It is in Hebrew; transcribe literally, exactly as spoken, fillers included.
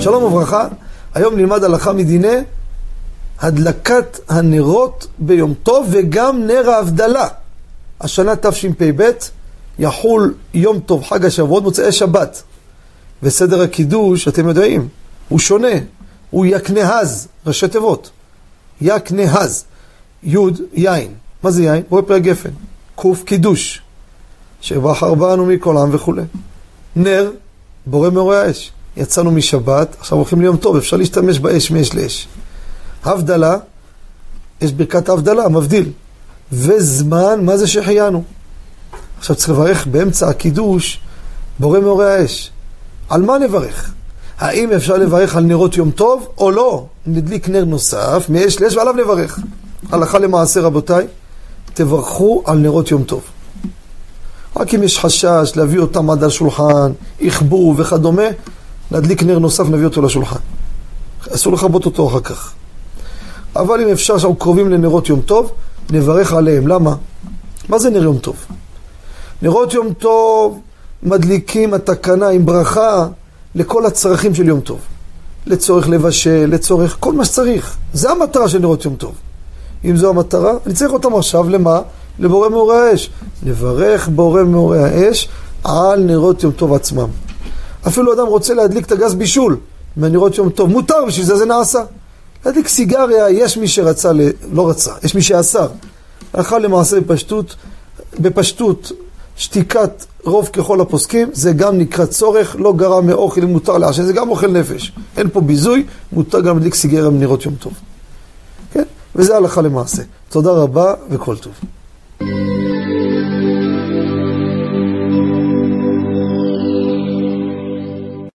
שלום וברכה, היום נלמד הלכה מדיני הדלקת הנרות ביום טוב וגם נר ההבדלה. השנה תשפ"ב יחול יום טוב חג השבועות מוצאי שבת, וסדר הקידוש אתם יודעים הוא שונה, הוא יקנהז, ראשי תיבות יקנהז, יוד יין. מה זה יין? בורא פרי גפן. קוף קידוש שבחר בנו מכל עם וכו'. נר בורא מאורי האש. יצאנו משבת, עכשיו הולכים ליום טוב, אפשר להשתמש באש מאש לאש. הבדלה, יש ברכת ההבדלה, מבדיל. וזמן, מה זה שחיינו? עכשיו צריך לברך באמצע הקידוש בורא מאורי האש. על מה נברך? האם אפשר לברך על נרות יום טוב או לא? נדליק נר נוסף מאש לאש ועליו נברך. הלכה למעשה רבותיי, תברכו על נרות יום טוב. רק אם יש חשש להביא אותם עד השולחן, יכבו וכדומה, נדליק נר נוסף נביא אותו לשולחן. אסור לכבות אותו אחר כך. אבל אם אפשר שאנחנו קרובים לנרות יום טוב, נברך עליהם. למה? מה זה נר יום טוב? נרות יום טוב מדליקים התקנה עם ברכה לכל הצרכים של יום טוב. לצורך לבשל, לצורך כל מה שצריך. זה המטרה של נרות יום טוב. אם זו המטרה, אני צריך אותם עכשיו למה? לבורא מאורי האש. נברך בורא מאורי האש על נרות יום טוב עצמם. אפילו אדם רוצה להדליק את הגז בישול מהנרות יום טוב, מותר, בשביל זה זה נעשה. להדליק סיגריה, יש מי שרצה, ל... לא רצה, יש מי שאסר. הלכה למעשה בפשטות, בפשטות שתיקת רוב ככל הפוסקים, זה גם נקרא צורך, לא גרע מאוכל, מותר לעשן, זה גם אוכל נפש. אין פה ביזוי, מותר גם להדליק סיגריה מנרות יום טוב. כן? וזה הלכה למעשה. תודה רבה וכל טוב.